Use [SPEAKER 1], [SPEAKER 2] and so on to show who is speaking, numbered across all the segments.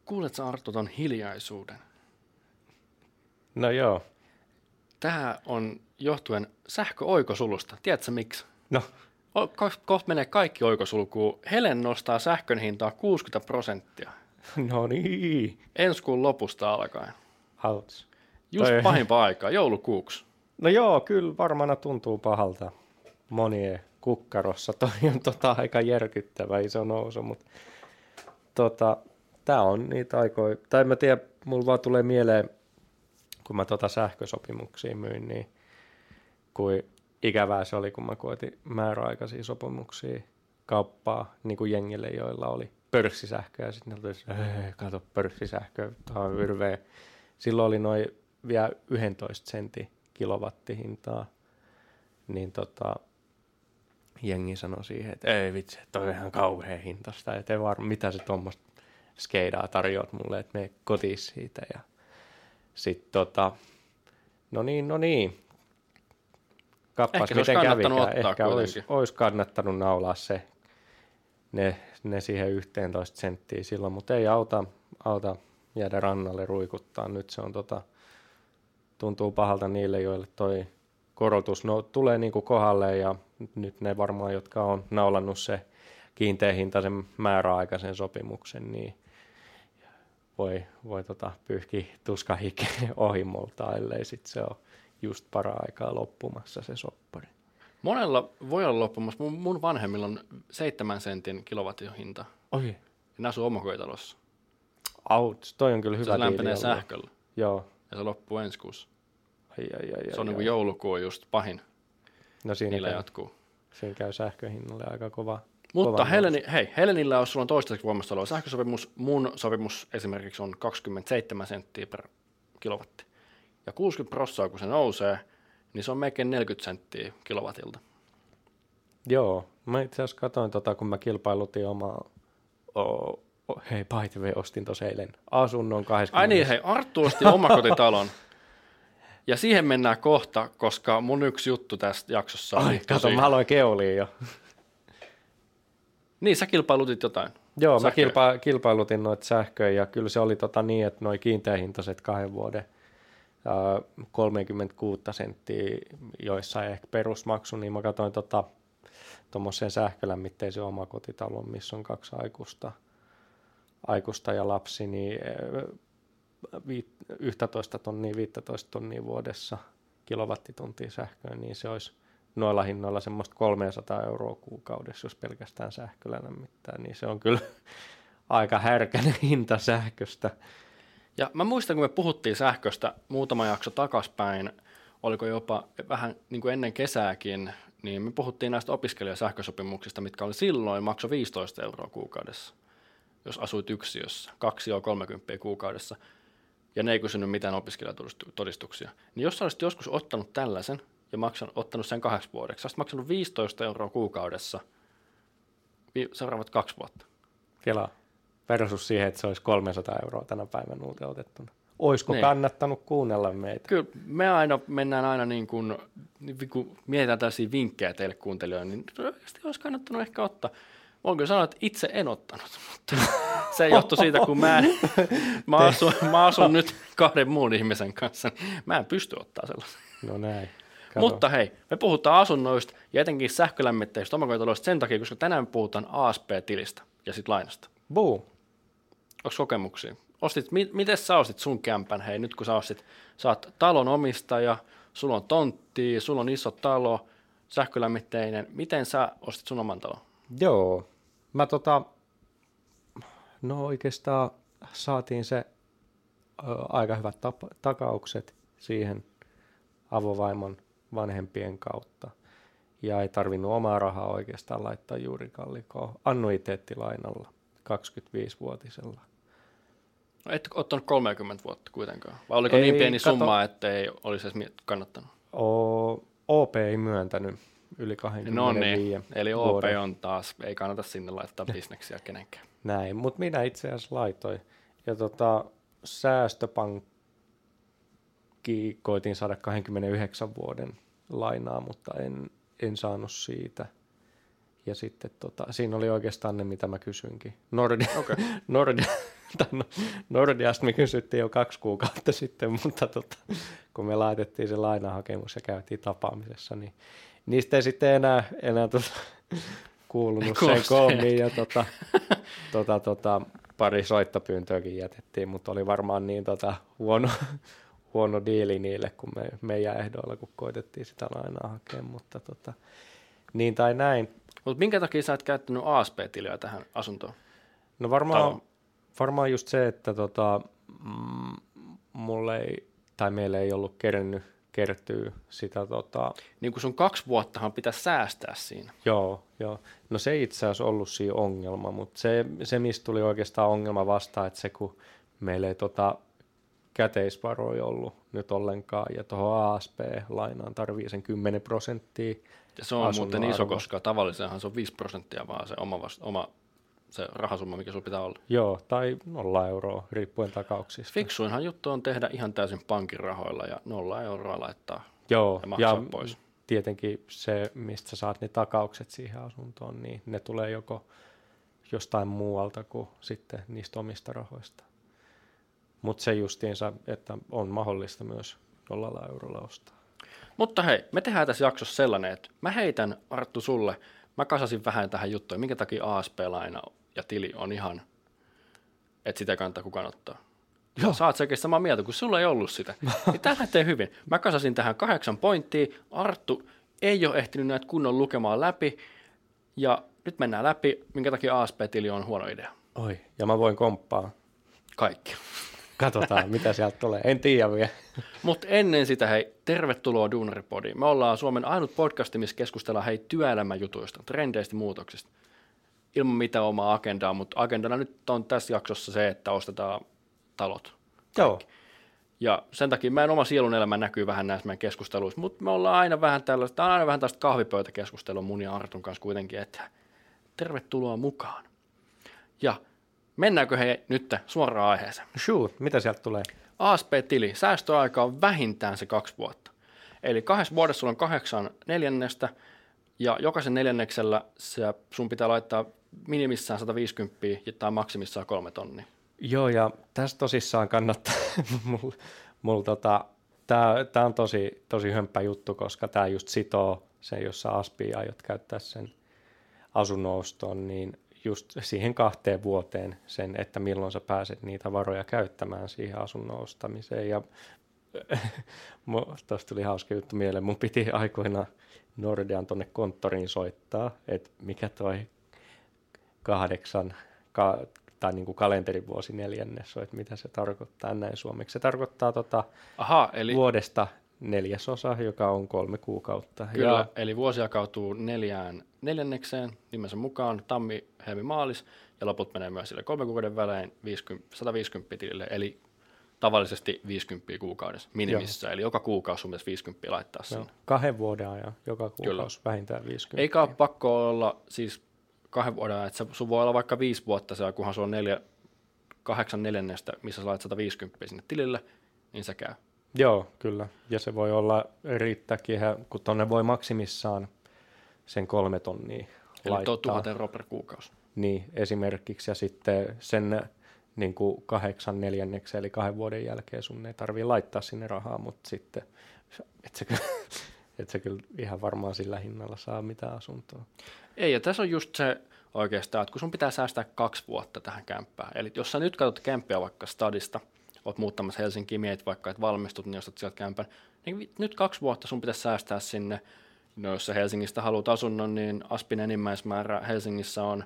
[SPEAKER 1] Kuulet sä Arttu ton hiljaisuuden?
[SPEAKER 2] No joo.
[SPEAKER 1] Tää on johtuen sähköoikosulusta. Tiedätkö miksi?
[SPEAKER 2] No.
[SPEAKER 1] Kohta menee kaikki oikosulkuun. Helen nostaa sähkön hintaa 60%.
[SPEAKER 2] No niin.
[SPEAKER 1] Ensi kuun lopusta alkaen.
[SPEAKER 2] Hauts.
[SPEAKER 1] Just pahimpaa aikaa, joulukuuksi.
[SPEAKER 2] No joo, kyllä varmana tuntuu pahalta monien kukkarossa. Toi on aika järkyttävä iso nousu, mutta tää on niitä aikoja. Tai mä tiedän, mulla vaan tulee mieleen, kun mä sähkösopimuksia myin, niin kuin ikävää se oli, kun mä koetin määräaikaisia sopimuksia kauppaa niin kuin jengille, joilla oli pörssisähköä. Sitten ne tuli, kato pörssisähköä, tämä on virveä. Silloin oli noin vielä 11 sentin kilowattihintaa. Niin jengi sanoi siihen, että ei vitsi, toi on ihan kauhean hintasta. Että ei varmaan, mitä se tuommoista skeidaa tarjoat mulle, että mene kotiin siitä. Ja sitten no niin. Kappas miten kävikään. Ehkä olisi kannattanut naulaa ne siihen 11 senttiä silloin, mutta ei auta jäädä rannalle ruikuttaa. Nyt se on tuntuu pahalta niille, joille toi korotus tulee niinku kohdalle ja nyt ne varmaan, jotka on naulannut se kiinteähintaisen määräaikaisen sopimuksen, niin voi pyyhkiä tuskahike ohimolta, ellei sit se ole just para-aikaa loppumassa se soppari.
[SPEAKER 1] Monella voi olla loppumassa. Mun vanhemmilla on 7 sentin kilowattihinta.
[SPEAKER 2] Oi.
[SPEAKER 1] Ne asuu omakotitalossa.
[SPEAKER 2] Auts, toi on kyllä hyvä
[SPEAKER 1] diili. Se lämpenee
[SPEAKER 2] ollut
[SPEAKER 1] sähköllä.
[SPEAKER 2] Joo.
[SPEAKER 1] Ja se loppuu ensi kuussa.
[SPEAKER 2] Ai.
[SPEAKER 1] Se on niin kuin joulukuu just pahin.
[SPEAKER 2] No
[SPEAKER 1] niillä jatkuu.
[SPEAKER 2] Siinä käy sähköhinnalle aika kova.
[SPEAKER 1] Mutta Helenillä on sulla on toistaiseksi voimassa oleva sähkösopimus. Mun sopimus esimerkiksi on 27 senttiä per kilowatti. Ja 60%, kun se nousee, niin se on melkein 40 senttiä kilowatilta.
[SPEAKER 2] Joo, mä itse asiassa katsoin kun mä kilpailutin omaa, by the way, ostin tuossa eilen asunnon 20.
[SPEAKER 1] Ai niin, Arttu osti omakotitalon. Ja siihen mennään kohta, koska mun yksi juttu tästä jaksossa on.
[SPEAKER 2] Ai, kato, mä aloin keulia jo.
[SPEAKER 1] Niin, sä kilpailutit jotain.
[SPEAKER 2] Joo, sähköä. Mä kilpailutin noita sähköjä ja kyllä se oli niin, että noi kiinteähintaiset 2 vuoden 36 senttiä joissain ehkä perusmaksu, niin mä katsoin tuommoisen sähkölämmitteisen omakotitalon, missä on 2 aikuista ja lapsi, niin 11 tonnia, 15 tonnia vuodessa kilowattituntia sähköä, niin se olisi noilla hinnoilla semmoista 300 € kuukaudessa, jos pelkästään sähköllä lämmittää, niin se on kyllä aika härkäinen hinta sähköstä.
[SPEAKER 1] Ja mä muistan, kun me puhuttiin sähköstä muutama jakso takaspäin, oliko jopa vähän niin kuin ennen kesääkin, niin me puhuttiin näistä opiskelijasähkösopimuksista, mitkä oli silloin maksoi 15 € kuukaudessa, jos asuit yksiössä, 2 € 30 kuukaudessa, ja ne ei kysynyt mitään opiskelijatodistuksia. Niin jos sä olisit joskus ottanut tällaisen ja ottanut sen 2 vuodeksi, sä olisit maksanut 15 € kuukaudessa seuraavat 2 vuotta.
[SPEAKER 2] Kelaa. Versus siihen, että se olisi 300 € tänä päivänä uuteen otettuna. Olisiko kannattanut kuunnella meitä?
[SPEAKER 1] Kyllä me mennään aina niin kuin mietitään tällaisia vinkkejä teille kuuntelijoille, niin olisi kannattanut ehkä ottaa. Voin kyllä sanoa, että itse en ottanut, mutta se johtui siitä, kun mä asun nyt 2 muun ihmisen kanssa, niin mä en pysty ottaa sellaisen.
[SPEAKER 2] No näin.
[SPEAKER 1] Kato. Mutta hei, me puhutaan asunnoista ja etenkin sähkölämmitteistä omakotitaloista sen takia, koska tänään puhutaan ASP-tilistä ja sitten lainasta.
[SPEAKER 2] Buu.
[SPEAKER 1] Onko kokemuksia? Miten sä ostit sun kämpän, hei, nyt kun sä oot talon omistaja, sulla on tontti, sulla on iso talo, sähkölämmitteinen, miten sä ostit sun oman talon?
[SPEAKER 2] Joo, mä no oikeastaan saatiin se aika hyvät takaukset siihen avovaimon vanhempien kautta. Ja ei tarvinnut omaa rahaa oikeastaan laittaa juurikaan liikoa annuiteettilainalla 25-vuotisella.
[SPEAKER 1] No et ottanut 30 vuotta kuitenkaan? Vai oliko niin pieni summa, että ei olisi edes kannattanut?
[SPEAKER 2] OP ei myöntänyt yli 25
[SPEAKER 1] No niin, eli OP
[SPEAKER 2] vuoden.
[SPEAKER 1] on taas, ei kannata sinne laittaa bisneksiä kenenkään.
[SPEAKER 2] Näin, mutta minä itse asiassa laitoin. Ja säästöpankki koitin saada 29 vuoden lainaa, mutta en saanut siitä. Ja sitten siinä oli oikeastaan ne, mitä mä kysyinkin. Nordeasta me kysyttiin jo 2 kuukautta sitten, mutta kun me laitettiin se lainahakemus ja käytiin tapaamisessa, niin niistä ei sitten enää kuulunut sen koommin ja pari soittopyyntöäkin jätettiin, mutta oli varmaan niin huono diili niille, kun meidän ehdoilla, kun koitettiin sitä lainaa hakea, mutta niin tai näin.
[SPEAKER 1] Mutta minkä takia sä et käyttänyt ASP-tiliä tähän asuntoon?
[SPEAKER 2] No varmaan just se, että meillä ei ollut kerennyt kertyä sitä
[SPEAKER 1] Niin kuin sun 2 vuottahan pitäisi säästää siinä.
[SPEAKER 2] Joo. No se ei itse asiassa ollut siinä ongelma, mutta se mistä tuli oikeastaan ongelma vastaan, että se kun meillä ei käteisvaroja ollut nyt ollenkaan, ja tuohon ASP-lainaan tarvii sen 10%.
[SPEAKER 1] Ja se on muuten iso, koska tavallisenhan se on 5% vaan se oma se rahasumma, mikä sulla pitää olla.
[SPEAKER 2] Joo, tai 0 euroa, riippuen takauksista.
[SPEAKER 1] Fiksuinhan juttu on tehdä ihan täysin pankin rahoilla ja 0 euroa laittaa
[SPEAKER 2] ja maksaa
[SPEAKER 1] pois.
[SPEAKER 2] Tietenkin se, mistä sä saat ne takaukset siihen asuntoon, niin ne tulee joko jostain muualta kuin sitten niistä omista rahoista. Mutta se justiinsa, että on mahdollista myös 0 eurolla ostaa.
[SPEAKER 1] Mutta hei, me tehdään tässä jaksossa sellainen, että mä heitän, Arttu, sulle, mä kasasin vähän tähän juttuun, minkä takia ASP-laina ja tili on ihan, että sitä kannattaa kukaan ottaa. Joo. Sä oot sekin samaa mieltä, kun sulla ei ollut sitä. Niin tää lähtee hyvin. Mä kasasin tähän 8 pointtia, Arttu ei ole ehtinyt näitä kunnon lukemaan läpi, ja nyt mennään läpi, minkä takia ASP-tili on huono idea.
[SPEAKER 2] Oi, ja mä voin komppaa.
[SPEAKER 1] Kaikki.
[SPEAKER 2] Katsotaan, mitä sieltä tulee. En tiedä vielä.
[SPEAKER 1] Mutta ennen sitä, hei, tervetuloa Duunaripodiin. Me ollaan Suomen ainut podcasti, missä keskustellaan työelämäjutuista, trendeistä, muutoksista. Ilman mitään omaa agendaa, mutta agendana nyt on tässä jaksossa se, että ostetaan talot.
[SPEAKER 2] Joo.
[SPEAKER 1] Ja sen takia meidän oma sielun elämä näkyy vähän näissä meidän keskusteluissa, mutta me ollaan aina vähän tällaista kahvipöytäkeskustelua mun ja Artun kanssa kuitenkin, että tervetuloa mukaan. Ja mennäänkö nyt suoraan aiheeseen?
[SPEAKER 2] Shoot, mitä sieltä tulee?
[SPEAKER 1] ASP-tili, säästöaika on vähintään se 2 vuotta. Eli 2 vuodessa sulla on 8 neljännestä, ja jokaisen neljänneksellä sun pitää laittaa minimissään 150 tai maksimissaan 3 tonnia.
[SPEAKER 2] Joo, ja tässä tosissaan kannattaa, tämä on tosi hömppä juttu, koska tämä just sitoo sen, jos sä aspia aiot käyttää sen asunnon ostoon, niin just siihen 2 vuoteen sen, että milloin sä pääset niitä varoja käyttämään siihen asunnon ostamiseen. Ja tuosta tuli hauska juttu mieleen. Mun piti aikoinaan Nordean tonne konttoriin soittaa, että mikä toi 8 tai niin kuin kalenterivuosi neljännes on, että mitä se tarkoittaa näin suomeksi. Se tarkoittaa eli vuodesta 1/4, joka on 3 kuukautta.
[SPEAKER 1] Kyllä, ja eli vuosi jakautuu 4 neljännekseen nimensä mukaan, tammi, helmi, maalis, ja loput menee myös sille 3 kuukauden välein 150 tilille, eli tavallisesti 50 kuukaudessa minimissä, eli joka kuukausi sun pitäisi 50 laittaa sinne.
[SPEAKER 2] 2 vuoden ajan, joka kuukausi vähintään 50.
[SPEAKER 1] Eikä ole pakko olla siis 2 vuoden ajan, että sun voi olla vaikka 5 vuotta se, kunhan sulla on 8 neljännestä, missä sä laitat 150 sinne tilille, niin se käy.
[SPEAKER 2] Joo, kyllä. Ja se voi olla riittääkin, kun tonne voi maksimissaan sen 3 tonnia
[SPEAKER 1] eli
[SPEAKER 2] laittaa.
[SPEAKER 1] Eli 1000 euroa per kuukausi.
[SPEAKER 2] Niin, esimerkiksi. Ja sitten sen niin kuin 8 neljänneksi, eli 2 vuoden jälkeen sun ei tarvitse laittaa sinne rahaa, mutta sitten et sä kyllä ihan varmaan sillä hinnalla saa mitään asuntoa.
[SPEAKER 1] Ei, ja tässä on just se oikeastaan, että kun sun pitää säästää 2 vuotta tähän kämppään. Eli jos sä nyt katsot kämppiä vaikka stadista, oot muuttamassa Helsinkiin, mietit vaikka, että valmistut, niin ostat sieltä kämpän, niin nyt 2 vuotta sun pitäisi säästää sinne. No jos sä Helsingistä haluat asunnon, niin Aspin enimmäismäärä Helsingissä on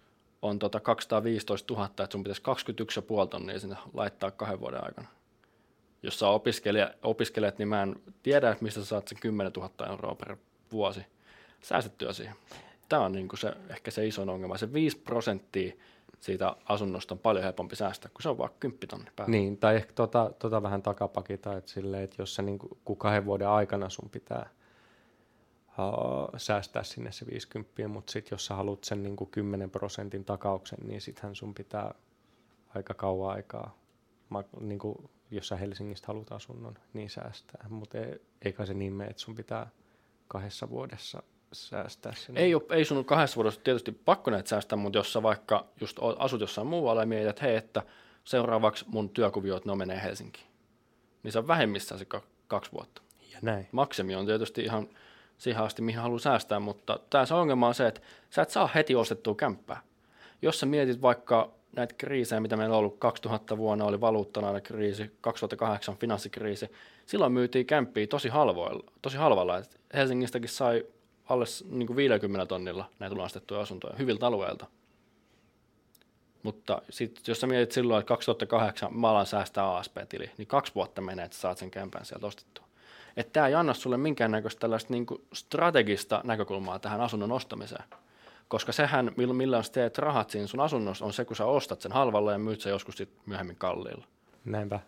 [SPEAKER 1] 215 000, että sun pitäisi 21,5 tonnia sinne laittaa 2 vuoden aikana. Jos sä opiskelet, niin mä en tiedä, että mistä sä saat sen 10 000 euroa per vuosi säästettyä siihen. Tämä on niin kuin ehkä se iso ongelma. Se 5% siitä asunnosta on paljon helpompi säästää, kun se on vaan 10 tonnia päällä.
[SPEAKER 2] Niin, tai ehkä vähän takapakita, että silleen, että jos se niin kuin 2 vuoden aikana sun pitää säästää sinne se 50, mutta sitten jos sä haluat sen niin kuin 10% takauksen, niin sittenhän sun pitää aika kauan aikaa, niin kuin jos sä Helsingistä haluat asunnon, niin säästää. Mutta eikä se niin mene, että sun pitää 2 vuodessa säästää sinne.
[SPEAKER 1] Ei sun 2 vuodessa tietysti pakko näitä säästää, mutta jos sä vaikka just asut jossain muualla ja mietit, että hei, että seuraavaksi mun työkuvioit, ne menee Helsinkiin. Niin se on vähemmissään se 2 vuotta.
[SPEAKER 2] Ja näin.
[SPEAKER 1] Maksimi on tietysti ihan siihen asti, mihin haluaa säästää, mutta tässä ongelma on se, että sä et saa heti ostettua kämppää. Jos sä mietit vaikka näitä kriisejä, mitä meillä on ollut 2000 vuonna, oli valuuttanainkriisi, 2008 finanssikriisi, silloin myytiin kämppiä tosi halvalla. Et Helsingistäkin sai alle niin kuin 50 tonnilla näitä lunastettuja asuntoja hyviltä alueilta. Mutta sitten jos sä mietit silloin, että 2008 mä alan säästää ASP-tili, niin 2 vuotta menee, että saat sen kämpän sieltä ostettua. Että tämä ei anna sulle minkäännäköistä tällaista niin kuin strategista näkökulmaa tähän asunnon ostamiseen. Koska sehän, millä sä teet rahat siinä sun asunnossa, on se, kun sä ostat sen halvalla ja myyt sen joskus sit myöhemmin kalliilla.
[SPEAKER 2] Näinpä.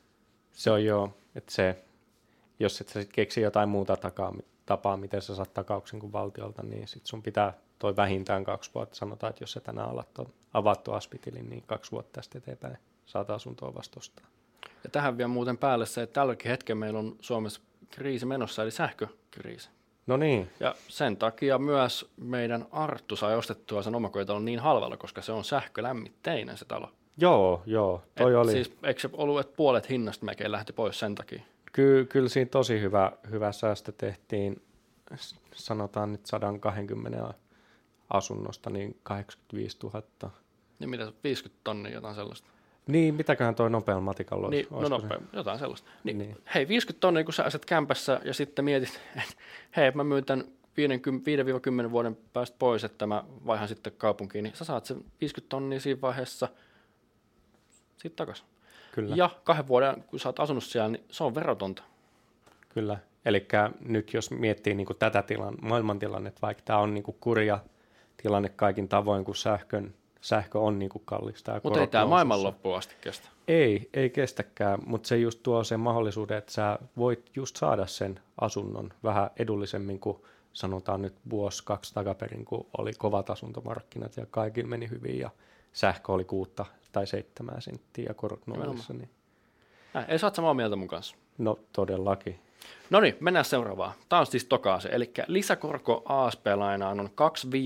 [SPEAKER 2] Se on joo, että se, jos et sä sit keksi jotain muuta tapaa, miten sä saat takauksen kuin valtiolta, niin sit sun pitää toi vähintään 2 vuotta. Sanotaan, että jos sä tänään avattu aspitilin, niin 2 vuotta tästä eteenpäin saat asuntoa vastustaa.
[SPEAKER 1] Ja tähän vielä muuten päälle se, että tälläkin hetkellä meillä on Suomessa kriisi menossa, eli sähkökriisi.
[SPEAKER 2] No niin.
[SPEAKER 1] Ja sen takia myös meidän Arttu sai ostettua sen omakotitalon niin halvalla, koska se on sähkölämmitteinen se talo.
[SPEAKER 2] Joo, toi oli.
[SPEAKER 1] Siis eikö se ollut, että puolet hinnasta melkein lähti pois sen takia?
[SPEAKER 2] Kyllä siinä tosi hyvä säästö tehtiin, sanotaan nyt 120 asunnosta, niin 85 000.
[SPEAKER 1] Niin mitä, 50 tonnia jotain sellaista?
[SPEAKER 2] Niin, mitäköhän toi nopealla matikalla olisi?
[SPEAKER 1] Niin, nopea, jotain sellaista. Niin.
[SPEAKER 2] Hei,
[SPEAKER 1] 50 tonnia, kun sä asat kämpässä ja sitten mietit, että hei, mä myyn tämän 5-10 vuoden päästä pois, että mä vaihan sitten kaupunkiin, niin sä saat sen 50 tonnia siinä vaiheessa sitten takaisin.
[SPEAKER 2] Kyllä.
[SPEAKER 1] Ja 2 vuoden, kun sä oot asunut siellä, niin se on verotonta.
[SPEAKER 2] Kyllä. Eli nyt jos miettii niin kuin tätä maailmantilannetta, vaikka tämä on niin kuin kurja tilanne kaikin tavoin, kun sähkö on niin kuin kallista.
[SPEAKER 1] Mutta ei tämä maailman loppuun asti kestä.
[SPEAKER 2] Ei kestäkään, mutta se just tuo sen mahdollisuuden, että sä voit just saada sen asunnon vähän edullisemmin kuin sanotaan nyt 1-2 takaperin, kun oli kovat asuntomarkkinat ja kaikilla meni hyvin ja sähkö oli 6 tai 7 senttiä ja korot nollissa. Niin.
[SPEAKER 1] Ei sä oot samaa mieltä mun kanssa.
[SPEAKER 2] No todellakin.
[SPEAKER 1] No niin, mennään seuraavaan. Tämä on siis tokaase, eli lisäkorko ASP-lainaan on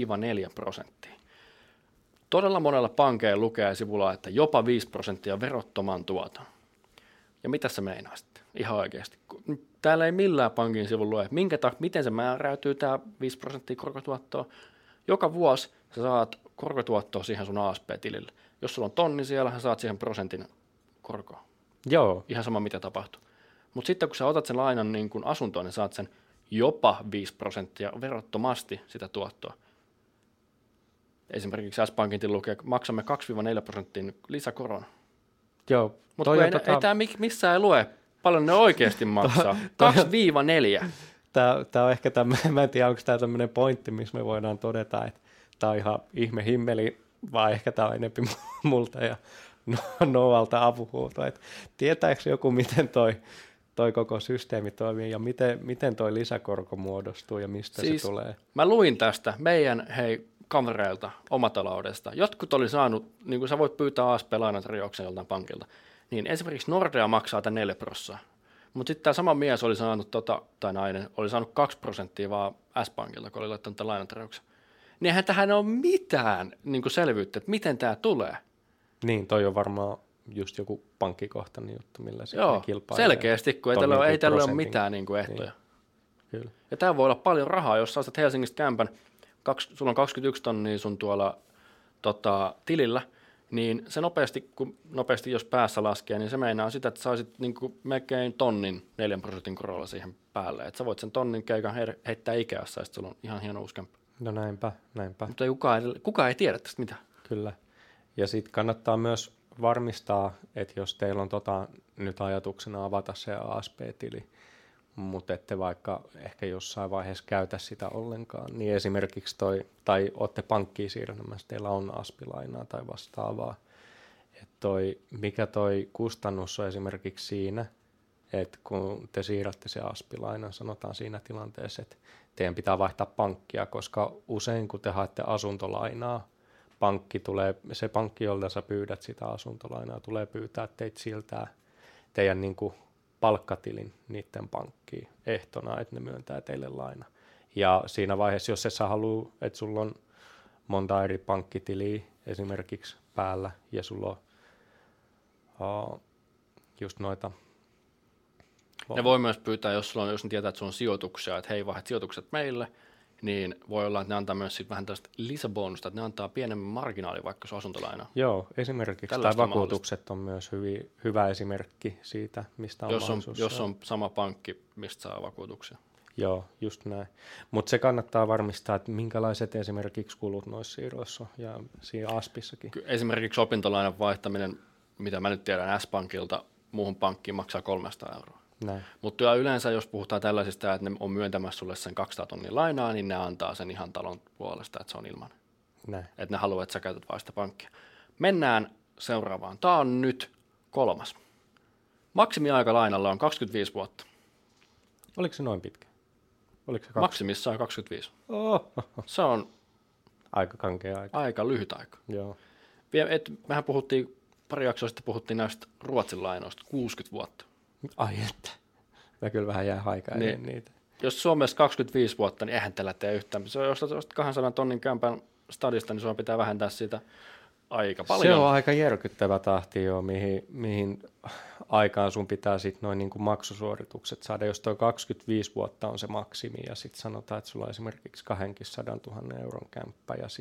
[SPEAKER 1] 2-4%. Todella monella pankeilla lukee sivulla, että jopa 5% verottoman tuoton. Ja mitä se meinaa sitten? Ihan oikeasti. Täällä ei millään pankin sivulla lue, miten se määräytyy tämä 5% korkotuottoa. Joka vuosi sä saat korkotuottoa siihen sun ASP-tilille. Jos sulla on tonni siellä, sä saat siihen prosentin korkoa.
[SPEAKER 2] Joo.
[SPEAKER 1] Ihan sama mitä tapahtuu. Mutta sitten kun sä otat sen lainan niin kun asuntoon, niin saat sen jopa 5% verottomasti sitä tuottoa. Esimerkiksi S-Pankin tili lukee, että maksamme 2-4% lisäkoron.
[SPEAKER 2] Joo.
[SPEAKER 1] Mutta ei tämä missään ei lue, paljon ne oikeasti maksaa. 2-4.
[SPEAKER 2] Tämä on ehkä mä en tiedä, onko tämä tämmöinen pointti, missä me voidaan todeta, että tämä on ihan ihme himmeli, vai ehkä tämä on enemmän multa ja Noalta apuhuuto. Tietääkö joku, miten toi koko systeemi toimii ja miten toi lisäkorko muodostuu ja mistä siis, se tulee? Mä
[SPEAKER 1] luin tästä meidän kavereilta omataloudesta. Jotkut oli saanut, niin kuin sä voit pyytää ASP-lainatarjouksen joltain pankilta, niin esimerkiksi Nordea maksaa tämän 4%. Mutta sitten tämä sama mies oli saanut, tai nainen, oli saanut 2% vaan S-Pankilta, kun oli laittanut tämän lainatarjouksen. Niin eihän tähän ole mitään niin kuin selvyyttä, että miten tämä tulee.
[SPEAKER 2] Niin, toi on varmaan just joku pankkikohtainen juttu, millä se kilpailee.
[SPEAKER 1] Selkeästi, kun ei tällä ole mitään niin kuin ehtoja.
[SPEAKER 2] Niin. Kyllä.
[SPEAKER 1] Ja tämä voi olla paljon rahaa, jos sä ostat Helsingistä kämpän, sulla on 21 tonnia sun tuolla tilillä, niin se nopeasti jos päässä laskee, niin se meinaa sitä, että saisit niin kuin melkein tonnin 4% korolla siihen päälle. Että sä voit sen tonnin keikan heittää Ikeassa, ja sitten sulla on ihan hieno uusi kämppä.
[SPEAKER 2] No näinpä.
[SPEAKER 1] Mutta kukaan ei tiedä tästä mitään.
[SPEAKER 2] Kyllä. Ja sitten kannattaa myös varmistaa, että jos teillä on nyt ajatuksena avata se ASP-tili, mutta ette vaikka ehkä jossain vaiheessa käytä sitä ollenkaan, niin esimerkiksi tai olette pankkiin siirtämässä, teillä on aspilainaa tai vastaavaa, että mikä toi kustannus on esimerkiksi siinä, että kun te siirrätte se aspilainan, sanotaan siinä tilanteessa, että teidän pitää vaihtaa pankkia, koska usein kun te haette asuntolainaa, se pankki, jolta sä pyydät sitä asuntolainaa, tulee pyytää teitä siltä teidän niin kuin palkkatilin niiden pankkiin ehtona, että ne myöntää teille laina. Ja siinä vaiheessa, jos et sä halua, että sulla on monta eri pankkitiliä esimerkiksi päällä ja sulla on just noita.
[SPEAKER 1] Ne voi myös pyytää, jos ne tietää, että sulla on sijoituksia, että hei, vaihdat sijoitukset meille, niin voi olla, että ne antaa myös sit vähän tällaista lisäbonusta, että ne antaa pienemmän marginaalin vaikka sun asuntolaina.
[SPEAKER 2] Joo, esimerkiksi tai vakuutukset on myös hyvä esimerkki siitä, mistä on mahdollisuus.
[SPEAKER 1] Jos on sama pankki, mistä saa vakuutuksia.
[SPEAKER 2] Joo, just näin. Mutta se kannattaa varmistaa, että minkälaiset esimerkiksi kulut noissa siirroissa ja siinä Aspissakin.
[SPEAKER 1] Esimerkiksi opintolainan vaihtaminen, mitä mä nyt tiedän S-pankilta, muuhun pankkiin maksaa 300 €. Mutta yleensä, jos puhutaan tällaisista, että ne on myöntämässä sulle sen 200 tonnia lainaa, niin ne antaa sen ihan talon puolesta, että se on ilman. Että ne haluaa, että sä käytät vain sitä pankkia. Mennään seuraavaan. Tämä on nyt 3. Maksimiaika lainalla on 25 vuotta.
[SPEAKER 2] Oliko se noin pitkä?
[SPEAKER 1] Maksimissaan 25. Se on
[SPEAKER 2] aika kankea aika.
[SPEAKER 1] Aika lyhyt aika.
[SPEAKER 2] Joo.
[SPEAKER 1] Mehän puhuttiin, pari jaksoa sitten puhuttiin näistä Ruotsin lainoista, 60 vuotta.
[SPEAKER 2] Ai että. Mä kyllä vähän jää aikaa ennen niitä.
[SPEAKER 1] Jos Suomessa 25 vuotta, niin eihän tällä tee yhtään. Jos 200 tonnin kämpän stadista, niin sinua pitää vähentää siitä aika paljon.
[SPEAKER 2] Se on aika järkyttävä tahti jo, mihin aikaan sun pitää sitten noin niin kuin maksusuoritukset saada. Jos tuo 25 vuotta on se maksimi ja sitten sanotaan, että sulla on esimerkiksi 200 000 € kämppä ja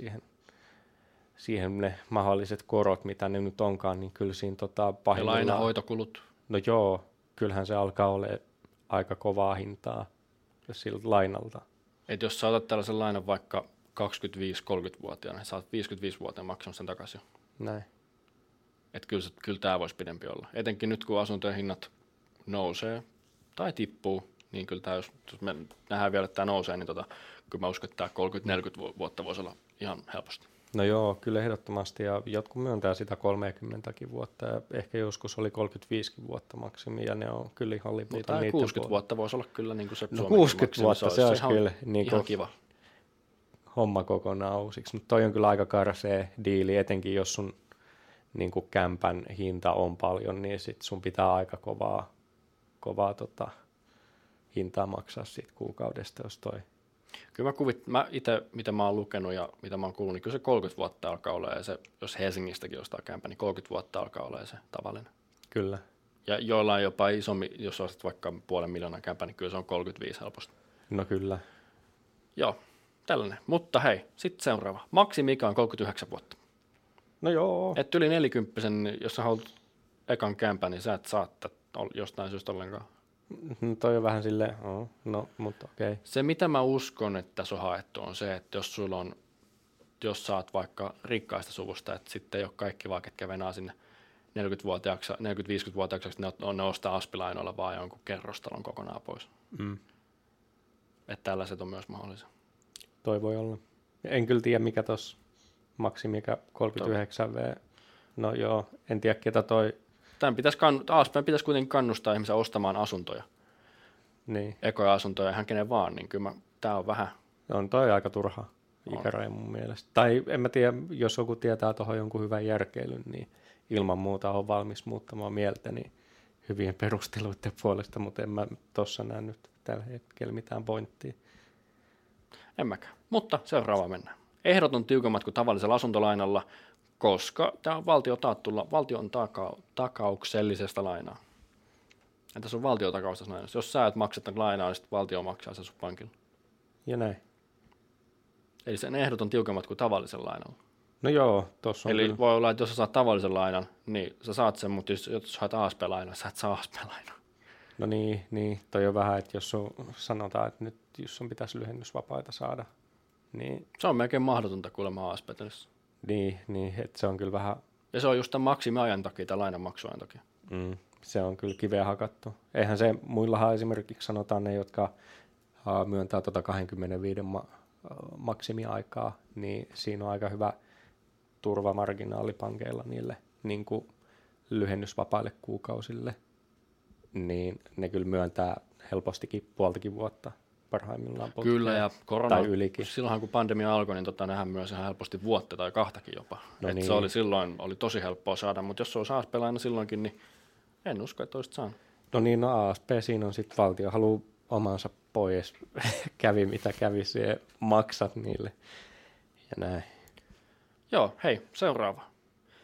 [SPEAKER 2] siihen ne mahdolliset korot, mitä ne nyt onkaan, niin kyllä siinä pahimmillaan.
[SPEAKER 1] Ja lainahoitokulut.
[SPEAKER 2] No joo, kyllähän se alkaa olemaan aika kovaa hintaa siltä lainalta.
[SPEAKER 1] Et jos sä otat tällaisen lainan vaikka 25-30-vuotiaana, niin sä oot 55-vuotiaana maksanut sen takaisin.
[SPEAKER 2] Näin.
[SPEAKER 1] Että kyllä tämä voisi pidempi olla. Etenkin nyt, kun asuntojen hinnat nousee tai tippuu, niin kyllä tämä, jos me nähdään vielä, että tämä nousee, niin kyllä mä uskon, että tämä 30-40 vuotta voisi olla ihan helposti.
[SPEAKER 2] No joo, kyllä ehdottomasti, ja jotkut myöntää sitä 30 vuotta, ja ehkä joskus oli 35 vuotta maksimi, ja ne on kyllä ihan lipulta.
[SPEAKER 1] Tai 60 vuotta voisi olla kyllä niin kuin se
[SPEAKER 2] no 60 vuotta, se olisi kyllä niin
[SPEAKER 1] ihan kiva.
[SPEAKER 2] Homma kokonaan uusiksi, mutta toi on kyllä aika karsee diili, etenkin jos sun niin kuin kämpän hinta on paljon, niin sit sun pitää aika kovaa hintaa maksaa siitä kuukaudesta, jos toi.
[SPEAKER 1] Kyllä mä itse, mitä mä oon lukenut ja mitä mä oon kuullut, niin kyllä se 30 vuotta alkaa olla, ja se, jos Helsingistäkin ostaa kämpä, niin 30 vuotta alkaa olla se tavallinen.
[SPEAKER 2] Kyllä.
[SPEAKER 1] Ja joillain jopa isommin, jos ostat vaikka 500 000 kämpä, niin kyllä se on 35 helposti.
[SPEAKER 2] No kyllä.
[SPEAKER 1] Joo, tällainen. Mutta hei, sitten seuraava. Maksimiikä on 39 vuotta.
[SPEAKER 2] No joo.
[SPEAKER 1] Et yli 40, jos sä haluat ekan kämpän, niin sä et saa jostain syystä ollenkaan.
[SPEAKER 2] Toi on vähän silleen, no, mutta okei.
[SPEAKER 1] Se, mitä mä uskon, että tässä on haettu, on se, että jos sä oot vaikka rikkaista suvusta, että sitten ei ole kaikki vaan, ketkä venää sinne 40-50-vuotiaaksi, ne ostaa aspilainoilla vaan jonkun kerrostalon kokonaan pois. Että tällaiset on myös mahdollisia.
[SPEAKER 2] Toi voi olla. En kyllä tiedä, mikä tuossa maksimikä 39V. No joo, en tiedä, ketä toi.
[SPEAKER 1] ASPn pitäisi kuitenkin kannustaa ihmisiä ostamaan asuntoja.
[SPEAKER 2] Niin.
[SPEAKER 1] Ekoja asuntoja, ihan kenen vaan, niin kyllä tämä on vähän.
[SPEAKER 2] On toi aika turha ikäraja mun mielestä. Tai en mä tiedä, jos joku tietää tuohon jonkun hyvän järkeilyn, niin ilman muuta on valmis muuttamaan mieltäni hyvien perusteluiden puolesta, mutta en mä tossa näe nyt tällä hetkellä mitään pointtia.
[SPEAKER 1] En mäkään, mutta seuraavaan mennään. Ehdot on tiukemmat kuin tavallisella asuntolainalla, koska tämä on valtion takauksellisesta lainaa. Entä se on valtiotakausta lainasta? Jos sä et maksa lainaa, niin sitten valtio maksaa sen sun pankilla.
[SPEAKER 2] Ja näin.
[SPEAKER 1] Eli sen ehdot on tiukemmat kuin tavallisella lainalla.
[SPEAKER 2] No joo, tossa on.
[SPEAKER 1] Eli
[SPEAKER 2] kyllä.
[SPEAKER 1] Voi olla, että jos sä saat tavallisen lainan, niin sä saat sen, mutta jos saat ASP-lainan, sä et saa ASP-lainaa.
[SPEAKER 2] No niin, toi on vähän, että jos sanotaan, että nyt jos sun pitäisi lyhennysvapaita saada, niin.
[SPEAKER 1] Se on melkein mahdotonta kuulemma ASP-telissä.
[SPEAKER 2] Niin, että se on kyllä vähän.
[SPEAKER 1] Ja se on just tämän maksimiajan takia, tai lainan maksuajan takia.
[SPEAKER 2] Se on kyllä kiveä hakattu. Eihän se, muillahan esimerkiksi sanotaan ne, jotka myöntää 25 maksimiaikaa, niin siinä on aika hyvä turvamarginaali pankeilla niille niin kuin lyhennysvapaille kuukausille. Niin ne kyllä myöntää helpostikin puoltakin vuotta parhaimmillaan.
[SPEAKER 1] Kyllä, ja korona,
[SPEAKER 2] tai ylikin.
[SPEAKER 1] Silloinhan kun pandemia alkoi, niin nehän myös ihan helposti vuotta tai kahtakin jopa.
[SPEAKER 2] No niin.
[SPEAKER 1] Se oli silloin tosi helppoa saada, mutta jos se olisi ASP-laina silloinkin, niin en usko, että olisit saanut.
[SPEAKER 2] No niin, ASP siinä on sitten valtio haluaa omansa pois, kävi mitä kävi, se maksat niille ja näin.
[SPEAKER 1] Joo, hei, seuraava.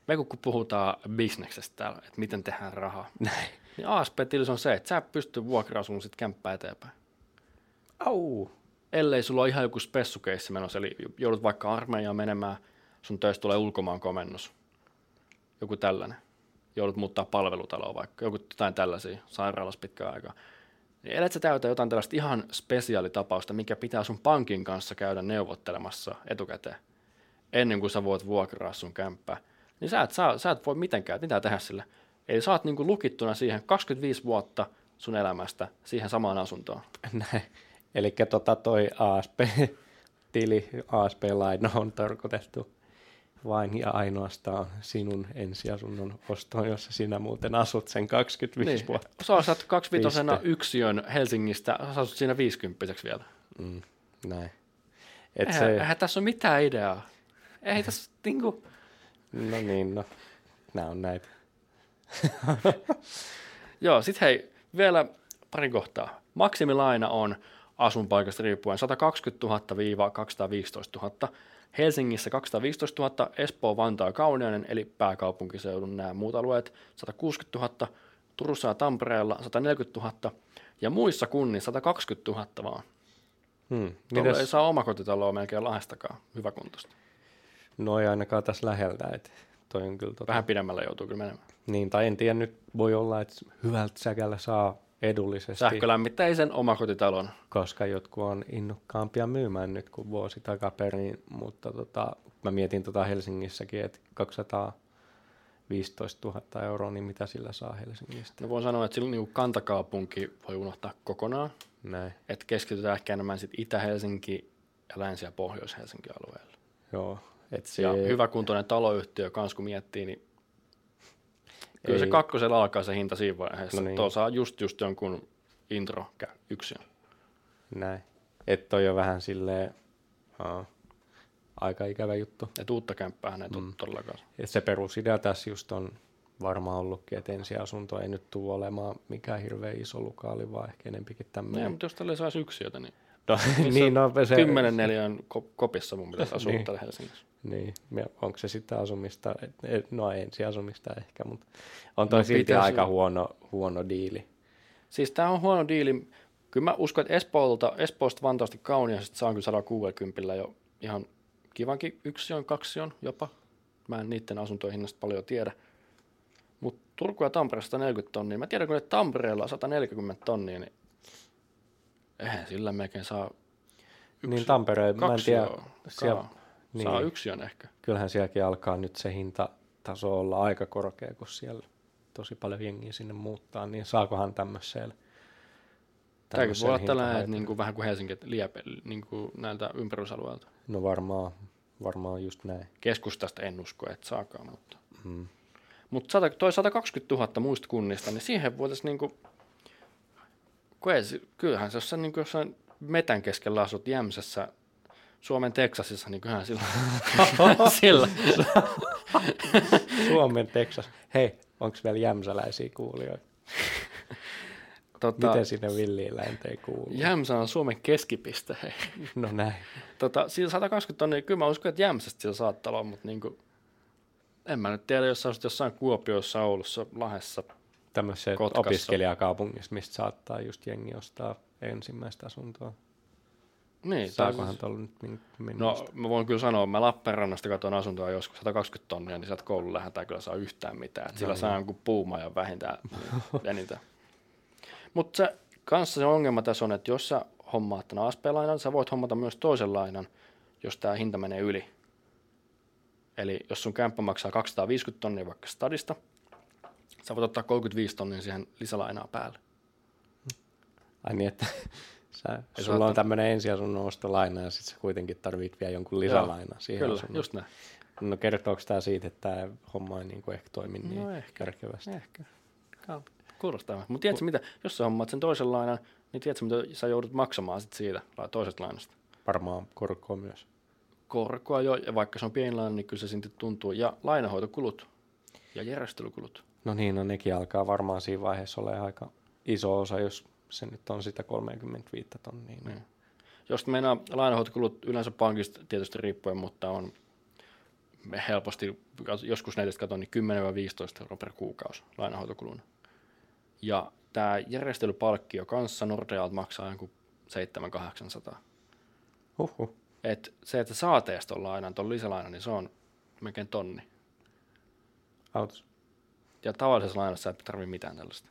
[SPEAKER 1] me kun puhutaan bisneksestä täällä, että miten tehdään rahaa,
[SPEAKER 2] Näin.
[SPEAKER 1] niin ASP-tili on se, että sä pystyt vuokraamaan sun sit kämppää eteenpäin.
[SPEAKER 2] Au.
[SPEAKER 1] Ellei sulla ole ihan joku spessukeissi menossa, eli joudut vaikka armeijaan menemään, sun töistä tulee ulkomaan komennus. Joku tällainen. Joudut muuttaa palvelutaloa vaikka, joku jotain tällaisia, sairaalassa pitkään aikaa. Niin ellet sä täytä jotain tällaista ihan spesiaalitapausta, mikä pitää sun pankin kanssa käydä neuvottelemassa etukäteen, ennen kuin sä voit vuokraa sun kämppää, niin sä et voi mitenkään mitään tehdä sille. Eli sä oot niinku lukittuna siihen 25 vuotta sun elämästä siihen samaan asuntoon.
[SPEAKER 2] Näin. Eli toi ASP-tili, ASP-laina on tarkoitettu vain ja ainoastaan sinun ensiasunnon ostoon, jossa sinä muuten asut sen 25
[SPEAKER 1] niin.
[SPEAKER 2] vuotta.
[SPEAKER 1] Sä asut 25 yksiön Helsingistä, sä asut siinä 50 vielä.
[SPEAKER 2] Näin.
[SPEAKER 1] Eihän tässä ole mitään ideaa. Ei tässä niinku...
[SPEAKER 2] No niin, no. Nää on näitä.
[SPEAKER 1] Joo, sit hei, vielä pari kohtaa. Maksimilaina on asuinpaikasta riippuen 120 000–215 000. Helsingissä 215 000, Espoo, Vantaa ja Kauniainen, eli pääkaupunkiseudun nämä muut alueet, 160 000, Turussa ja Tampereella 140 000, ja muissa kunnissa 120 000 vaan. Tuolla ei saa omakotitaloa melkein Lahdestakaan hyväkuntoista.
[SPEAKER 2] No ei ainakaan tässä läheltä, että toi on kyllä
[SPEAKER 1] Vähän pidemmälle joutuu kyllä menemään.
[SPEAKER 2] Niin, tai en tiedä, nyt voi olla, että hyvältä säkällä saa edullisesti.
[SPEAKER 1] Sähkölämmitteisen omakotitalon.
[SPEAKER 2] Koska jotkut on innokkaampia myymään nyt kuin vuosi takaperin, mutta mä mietin Helsingissäkin, että 215 000 euroa, niin mitä sillä saa Helsingistä?
[SPEAKER 1] No voin sanoa, että silloin niin kantakaupunki voi unohtaa kokonaan.
[SPEAKER 2] Näin.
[SPEAKER 1] Että keskitytään ehkä enemmän sit Itä-Helsinki ja Länsi- ja Pohjois-Helsinki alueella.
[SPEAKER 2] Joo.
[SPEAKER 1] Ja hyväkuntoinen taloyhtiö kans kun miettii, niin kyllä se kakkosella alkaa se hinta siinä vaiheessa. No niin. Tuo saa just jonkun intro yksin.
[SPEAKER 2] Näin. Että toi on vähän silleen aika ikävä juttu.
[SPEAKER 1] Että uutta kämppää ei tule todellakaan.
[SPEAKER 2] Ja se perusidea tässä just on varmaan ollutkin, että ensiasunto ei nyt tule olemaan mikään hirveän iso lokaali, vaan ehkä enempikin tämmöinen.
[SPEAKER 1] Niin, mutta jos tälle saisi yksiötä, niin,
[SPEAKER 2] se
[SPEAKER 1] 10 neliön kopissa mun pitäisi asua täällä Helsingissä.
[SPEAKER 2] Niin, onko se sitten asumista? No ensiasumista ehkä, mutta on toi silti aika huono diili.
[SPEAKER 1] Siis tää on huono diili. Kyllä mä uskon, että Espoosta, Vantaasta, Kauniaisesta saan kyllä 160 jo ihan kivankin yksiön, kaksion jopa. Mä en niiden asuntojen hinnasta paljon tiedä. Mutta Turku ja Tampereella 140 tonnia. Mä tiedän, kun ne Tampereella 140 tonnia, niin eihän sillä melkein saa
[SPEAKER 2] niin Tampereen, mä en tiedä.
[SPEAKER 1] Saa yksiön ehkä.
[SPEAKER 2] Kyllähän sielläkin alkaa nyt se hintataso olla aika korkea, kun siellä tosi paljon jengiä sinne muuttaa, niin saakohan tämmöiseen?
[SPEAKER 1] Tämäkin voi olla tällainen, niin kuin, vähän kuin Helsinki, niin kuin näiltä ympärysalueelta.
[SPEAKER 2] No varmaan just näin.
[SPEAKER 1] Keskustasta en usko, että saakaan, mutta... Mutta toi 120 000 muista kunnista, niin siihen voitaisiin niinku... Kyllähän se jossain, niinku jossain metän keskellä asut Jämsässä, Suomen Teksasissa, niin kyllähän sillä...
[SPEAKER 2] Suomen Teksas. Hei, onko vielä jämsäläisiä kuulijoita? Miten sinne villieläinteen kuuluu?
[SPEAKER 1] Jämsä on Suomen keskipiste, hei.
[SPEAKER 2] No näin.
[SPEAKER 1] Siinä 120 tonnia, kyllä mä uskon, että Jämsästä sillä saattaa olla, mutta niinku... En mä nyt tiedä, jos sä olisit jossain Kuopiossa, Oulussa, Lahdessa,
[SPEAKER 2] tämmöisessä opiskelijakaupungissa, mistä saattaa just jengi ostaa ensimmäistä asuntoa.
[SPEAKER 1] Niin,
[SPEAKER 2] saakohan tuolla nyt mennä?
[SPEAKER 1] No mä voin kyllä sanoa, mä Lappeenrannasta katsoin asuntoa joskus 120 tonnia, niin sieltä koulun lähdetään kyllä saa yhtään mitään. Et sillä saa jonkun puumajan vähintään enintään. Mutta se kanssa se ongelma tässä on, että jos sä hommaat tämän ASP-lainan, sä voit hommata myös toisen lainan, jos tämä hinta menee yli. Eli jos sun kämppä maksaa 250 tonnia vaikka stadista, sä voit ottaa 35 tonnia siihen lisälainaa päälle.
[SPEAKER 2] Ai niin, että sulla on tämmöinen ensiasunnon ostolaina ja sitten sä kuitenkin tarvit vielä jonkun lisälainaa siihen
[SPEAKER 1] kyllä,
[SPEAKER 2] asunnon.
[SPEAKER 1] Just näin.
[SPEAKER 2] No kertooko tämä siitä, että tämä homma ei niinku ehkä toimi niin järkevästi?
[SPEAKER 1] Ehkä. Kuulostaa. Mutta tiedätkö mitä, jos sä hommaat sen toisen lainan, niin tiedätkö mitä sä joudut maksamaan sit siitä toisesta lainasta?
[SPEAKER 2] Varmaan korkoa myös.
[SPEAKER 1] Korkoa jo, ja vaikka se on pieni laina, niin kyllä se silti tuntuu. Ja lainahoitokulut ja järjestelykulut.
[SPEAKER 2] No niin, no nekin alkaa varmaan siinä vaiheessa olla aika iso osa, jos se nyt on sitä 35 tonnia. Niin.
[SPEAKER 1] Jos meinaa lainahoitokulut yleensä pankista tietysti riippuen, mutta on me helposti, joskus netistä katson, niin 10-15 € per kuukausi lainahoitokuluna. Ja tämä järjestelypalkkio kanssa Nordealta maksaa jonkun 700-800. Et se, että saat edes tuon lainan, tuon lisälainan, niin se on melkein tonni.
[SPEAKER 2] Autos.
[SPEAKER 1] Ja tavallisessa lainassa ei tarvitse mitään tällaista.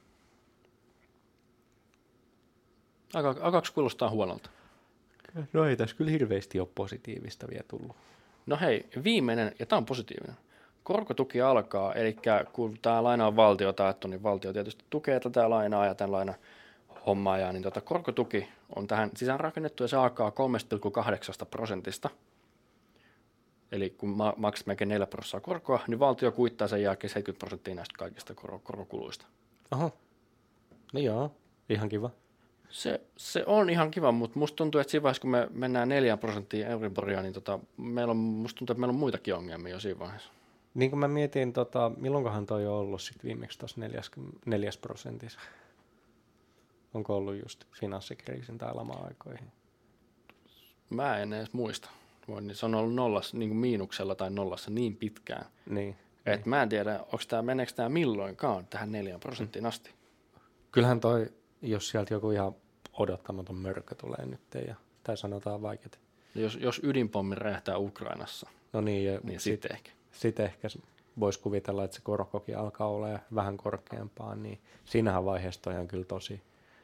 [SPEAKER 1] Alkaako kuulostaa huonolta?
[SPEAKER 2] No ei tässä kyllä hirveästi ole positiivista vielä tullut.
[SPEAKER 1] No hei, viimeinen, ja tämä on positiivinen. Korkotuki alkaa, eli kun tämä laina on valtio taattu, niin valtio tietysti tukee tätä lainaa ja tämän lainan hommaa, niin korkotuki on tähän sisään rakennettu, ja se alkaa 3,8%. Eli kun maksat melkein 4% korkoa, niin valtio kuittaa sen jälkeen 70% näistä kaikista korkokuluista.
[SPEAKER 2] Oho, no joo, ihan kiva.
[SPEAKER 1] Se on ihan kiva, mutta musta tuntuu, että siinä vaiheessa, kun me mennään 4% Euriboria, niin musta tuntuu, että meillä on muitakin ongelmia jo siinä vaiheessa.
[SPEAKER 2] Niin kuin mä mietin, milloinkohan toi on ollut sit viimeksi tuossa 4%? Onko ollut just finanssikriisin tai lama-aikoihin?
[SPEAKER 1] Mä en edes muista. Se on ollut nollassa, niin kuin miinuksella tai nollassa niin pitkään.
[SPEAKER 2] Niin.
[SPEAKER 1] Että mä en tiedä, meneekö tämä milloinkaan tähän 4% asti.
[SPEAKER 2] Kyllähän toi, jos sieltä joku ihan odottamaton mörkö tulee nyt, tai sanotaan vaikeat.
[SPEAKER 1] Jos ydinpommi räjähtää Ukrainassa,
[SPEAKER 2] no niin
[SPEAKER 1] sitten ehkä.
[SPEAKER 2] Sitten ehkä voisi kuvitella, että se korkokin alkaa olla vähän korkeampaa, niin siinähän vaiheessa toi on kyllä tosi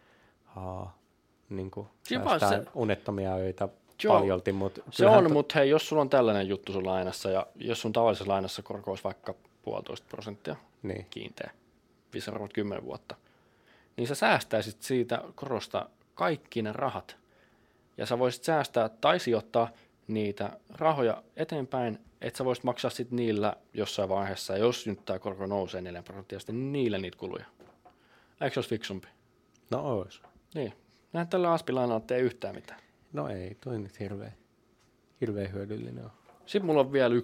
[SPEAKER 2] niin kuin säästää unettomia öitä paljolti.
[SPEAKER 1] Se on, mutta hei, jos sulla on tällainen juttu sun lainassa, ja jos sun tavallisessa lainassa korko olisi vaikka 1,5%
[SPEAKER 2] niin
[SPEAKER 1] kiinteä, 10 vuotta, niin sä säästäisit siitä korosta kaikki ne rahat. Ja sä voisit säästää tai sijoittaa niitä rahoja eteenpäin, että sä voisit maksaa sitten niillä jossain vaiheessa, jos nyt tämä korko nousee 4%, niin niillä niitä kuluja. Eikö se olisi fiksumpi?
[SPEAKER 2] No ois.
[SPEAKER 1] Niin. Näin tällä aspilainalla tee yhtään mitään.
[SPEAKER 2] No ei, toi nyt hirveän hyödyllinen on.
[SPEAKER 1] Sitten mulla on vielä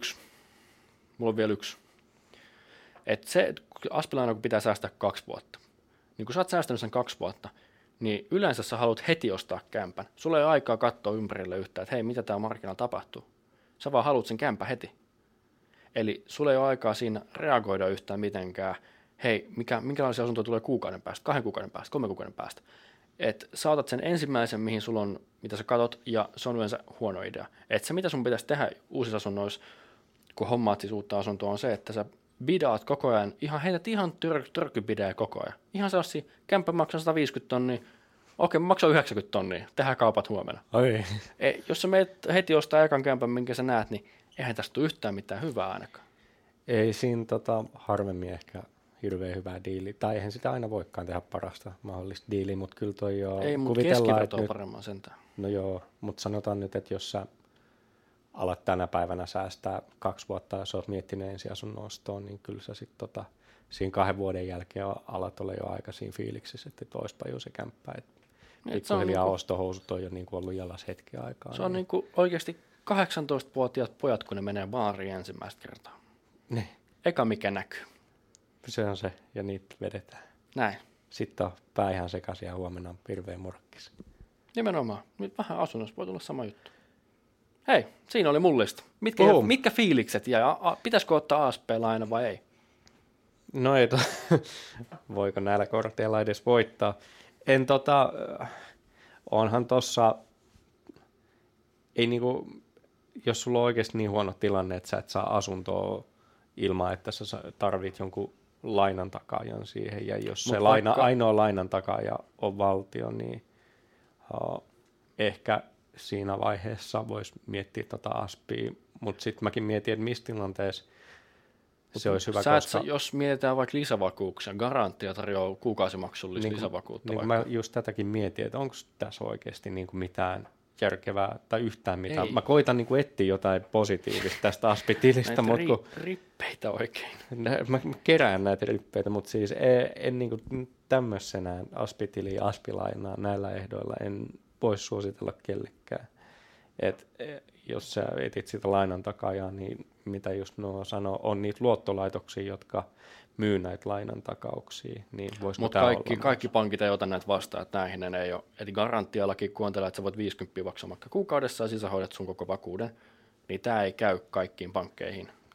[SPEAKER 1] yksi. Että se aspilaina, kun pitää säästää 2 vuotta. Niin kun sä oot säästänyt sen 2 vuotta, niin yleensä sä haluat heti ostaa kämpän. Sulla ei ole aikaa katsoa ympärille yhtään, että hei, mitä tää markkinalla tapahtuu. Sä vaan haluat sen kämpän heti. Eli sulla ei ole aikaa siinä reagoida yhtään mitenkään. Hei, minkälaisia asuntoja tulee kuukauden päästä, 2 kuukauden päästä, 3 kuukauden päästä. Että sä otat sen ensimmäisen, mihin sulla on, mitä sä katot, ja se on yleensä huono idea. Että se, mitä sun pitäisi tehdä uusissa asunnoissa, kun hommaat siis uutta asuntoa, on se, että sä bidaat koko ajan, heität ihan törkybideä koko ajan. Ihan sellaisia, kämppä maksaa 150 tonnia, okei, maksaa 90 tonnia, tehdään kaupat huomenna. Jos sä meet heti ostaa ekan kämpän, minkä sä näet, niin eihän tästä tule yhtään mitään hyvää ainakaan.
[SPEAKER 2] Ei siinä harvemmin ehkä hirveän hyvä diili, tai eihän sitä aina voikaan tehdä parasta mahdollista diiliä, mutta kyllä toi jo
[SPEAKER 1] ei, mutta keskiverto on paremmin sentään.
[SPEAKER 2] No joo, mutta sanotaan nyt, että jos sä alat tänä päivänä säästää 2 vuotta, ja sä oot miettinyt ensiasunnon ostoon, niin kyllä sä sitten siinä 2 vuoden jälkeen alat olla jo aika siinä fiiliksissä, että oispa jo se kämppä. Pikkuhiljaa ostohousut on jo niin kuin ollut jalas hetken aikaa.
[SPEAKER 1] Se on niin kuin oikeasti 18-vuotiaat pojat, kun ne menee baariin ensimmäistä kertaa.
[SPEAKER 2] Ne.
[SPEAKER 1] Eka mikä näkyy.
[SPEAKER 2] Se on se, ja niitä vedetään.
[SPEAKER 1] Näin.
[SPEAKER 2] Sitten on pää ihan sekaisin ja huomenna on hirveä morkkis.
[SPEAKER 1] Nimenomaan. Nyt vähän asunnossa voi tulla sama juttu. Hei, siinä oli mun lista. Mitkä fiilikset ja pitäisikö ottaa ASP-laina vai ei?
[SPEAKER 2] No ei, voiko näillä korteilla edes voittaa? Onhan tossa, ei niinku, jos sulla on oikeasti niin huono tilanne, että sä et saa asuntoa ilman, että sä tarvit jonkun lainan takaajan siihen, ja jos se ainoa lainan takaaja on valtio, niin ehkä siinä vaiheessa voisi miettiä aspia, mutta sitten mäkin mietin, että missä tilanteessa se olisi hyvä, koska
[SPEAKER 1] jos mietitään vaikka lisävakuuksia, Garanttia tarjoaa kuukausimaksullista lisävakuutta.
[SPEAKER 2] Niin mä just tätäkin mietin, että onko tässä oikeasti niin kuin mitään järkevää tai yhtään mitään. Ei. Mä koitan niin kuin etsiä jotain positiivista tästä aspitilistä.
[SPEAKER 1] Näitä rippeitä oikein.
[SPEAKER 2] Mä kerään näitä rippeitä, mutta siis en niin kuin tämmöisenä aspitili ja aspilainaa näillä ehdoilla en voisi suositella kellekään. Jos sä etit sitä lainan takaajaa, niin mitä just on niitä luottolaitoksia, jotka myy näitä lainan takauksia, niin voisi
[SPEAKER 1] mutta kaikki pankit ei ota näitä vastaan, että näihin ei ole. Eli Garanttiallakin kuuntelee, että sä voit 50 maksaa kuukaudessa ja sisä hoidat sun koko vakuuden, niin tämä ei käy kaikkiin pankkeihin.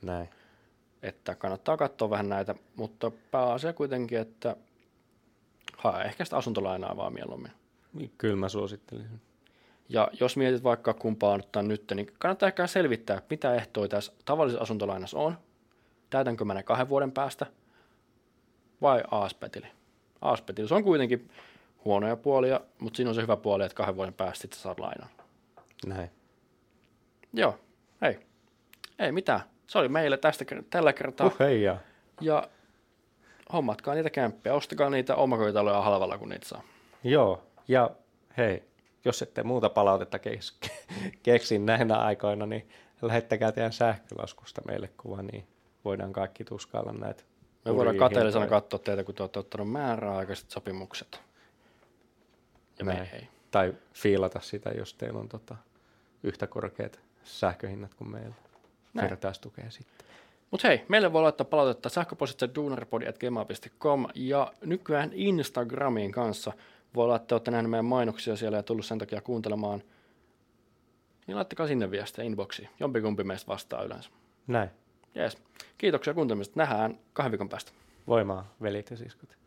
[SPEAKER 2] Näin.
[SPEAKER 1] Että kannattaa katsoa vähän näitä, mutta pääasia kuitenkin, että hae ehkä sitä asuntolainaa vaan mieluummin.
[SPEAKER 2] Kyllä mä suosittelisin.
[SPEAKER 1] Ja jos mietit vaikka kumpaa ottaa nyt, niin kannattaa ehkä selvittää, mitä ehtoja tässä tavallisessa asuntolainassa on. Täytänkö mä ne 2 vuoden päästä vai AS-petili. AS-petili, se on kuitenkin huonoja puolia, mutta siinä on se hyvä puoli, että 2 vuoden päästä sitten saat lainan.
[SPEAKER 2] Näin.
[SPEAKER 1] Joo, ei mitään. Se oli meille tällä kertaa.
[SPEAKER 2] Heijaa.
[SPEAKER 1] Ja hommatkaa niitä kämppiä, ostakaa niitä omakotitaloja halvalla, kun niitä saa.
[SPEAKER 2] Joo, ja hei, jos ette muuta palautetta keksin näinä aikoina, niin lähettäkää teidän sähkölaskusta meille kuva, niin voidaan kaikki tuskailla näitä.
[SPEAKER 1] Me voidaan kateellisena katsoa teitä, kun te olette ottanut määräaikaiset sopimukset. Ja me ei.
[SPEAKER 2] Tai fiilata sitä, jos teillä on yhtä korkeat sähköhinnat kuin meillä. Vertaistukea sitten.
[SPEAKER 1] Mutta hei, meille voi laittaa palautetta sähköpostitse duunaripodi@gmail.com ja nykyään Instagramiin kanssa voi laittaa, olette nähneet meidän mainoksia siellä ja tullut sen takia kuuntelemaan. Niin laittakaa sinne viestiä inboxiin. Jompikumpi meistä vastaa yleensä.
[SPEAKER 2] Näin.
[SPEAKER 1] Jees. Kiitoksia kuuntelemisesta. Nähdään 2 viikon päästä.
[SPEAKER 2] Voimaa, velit ja siskot.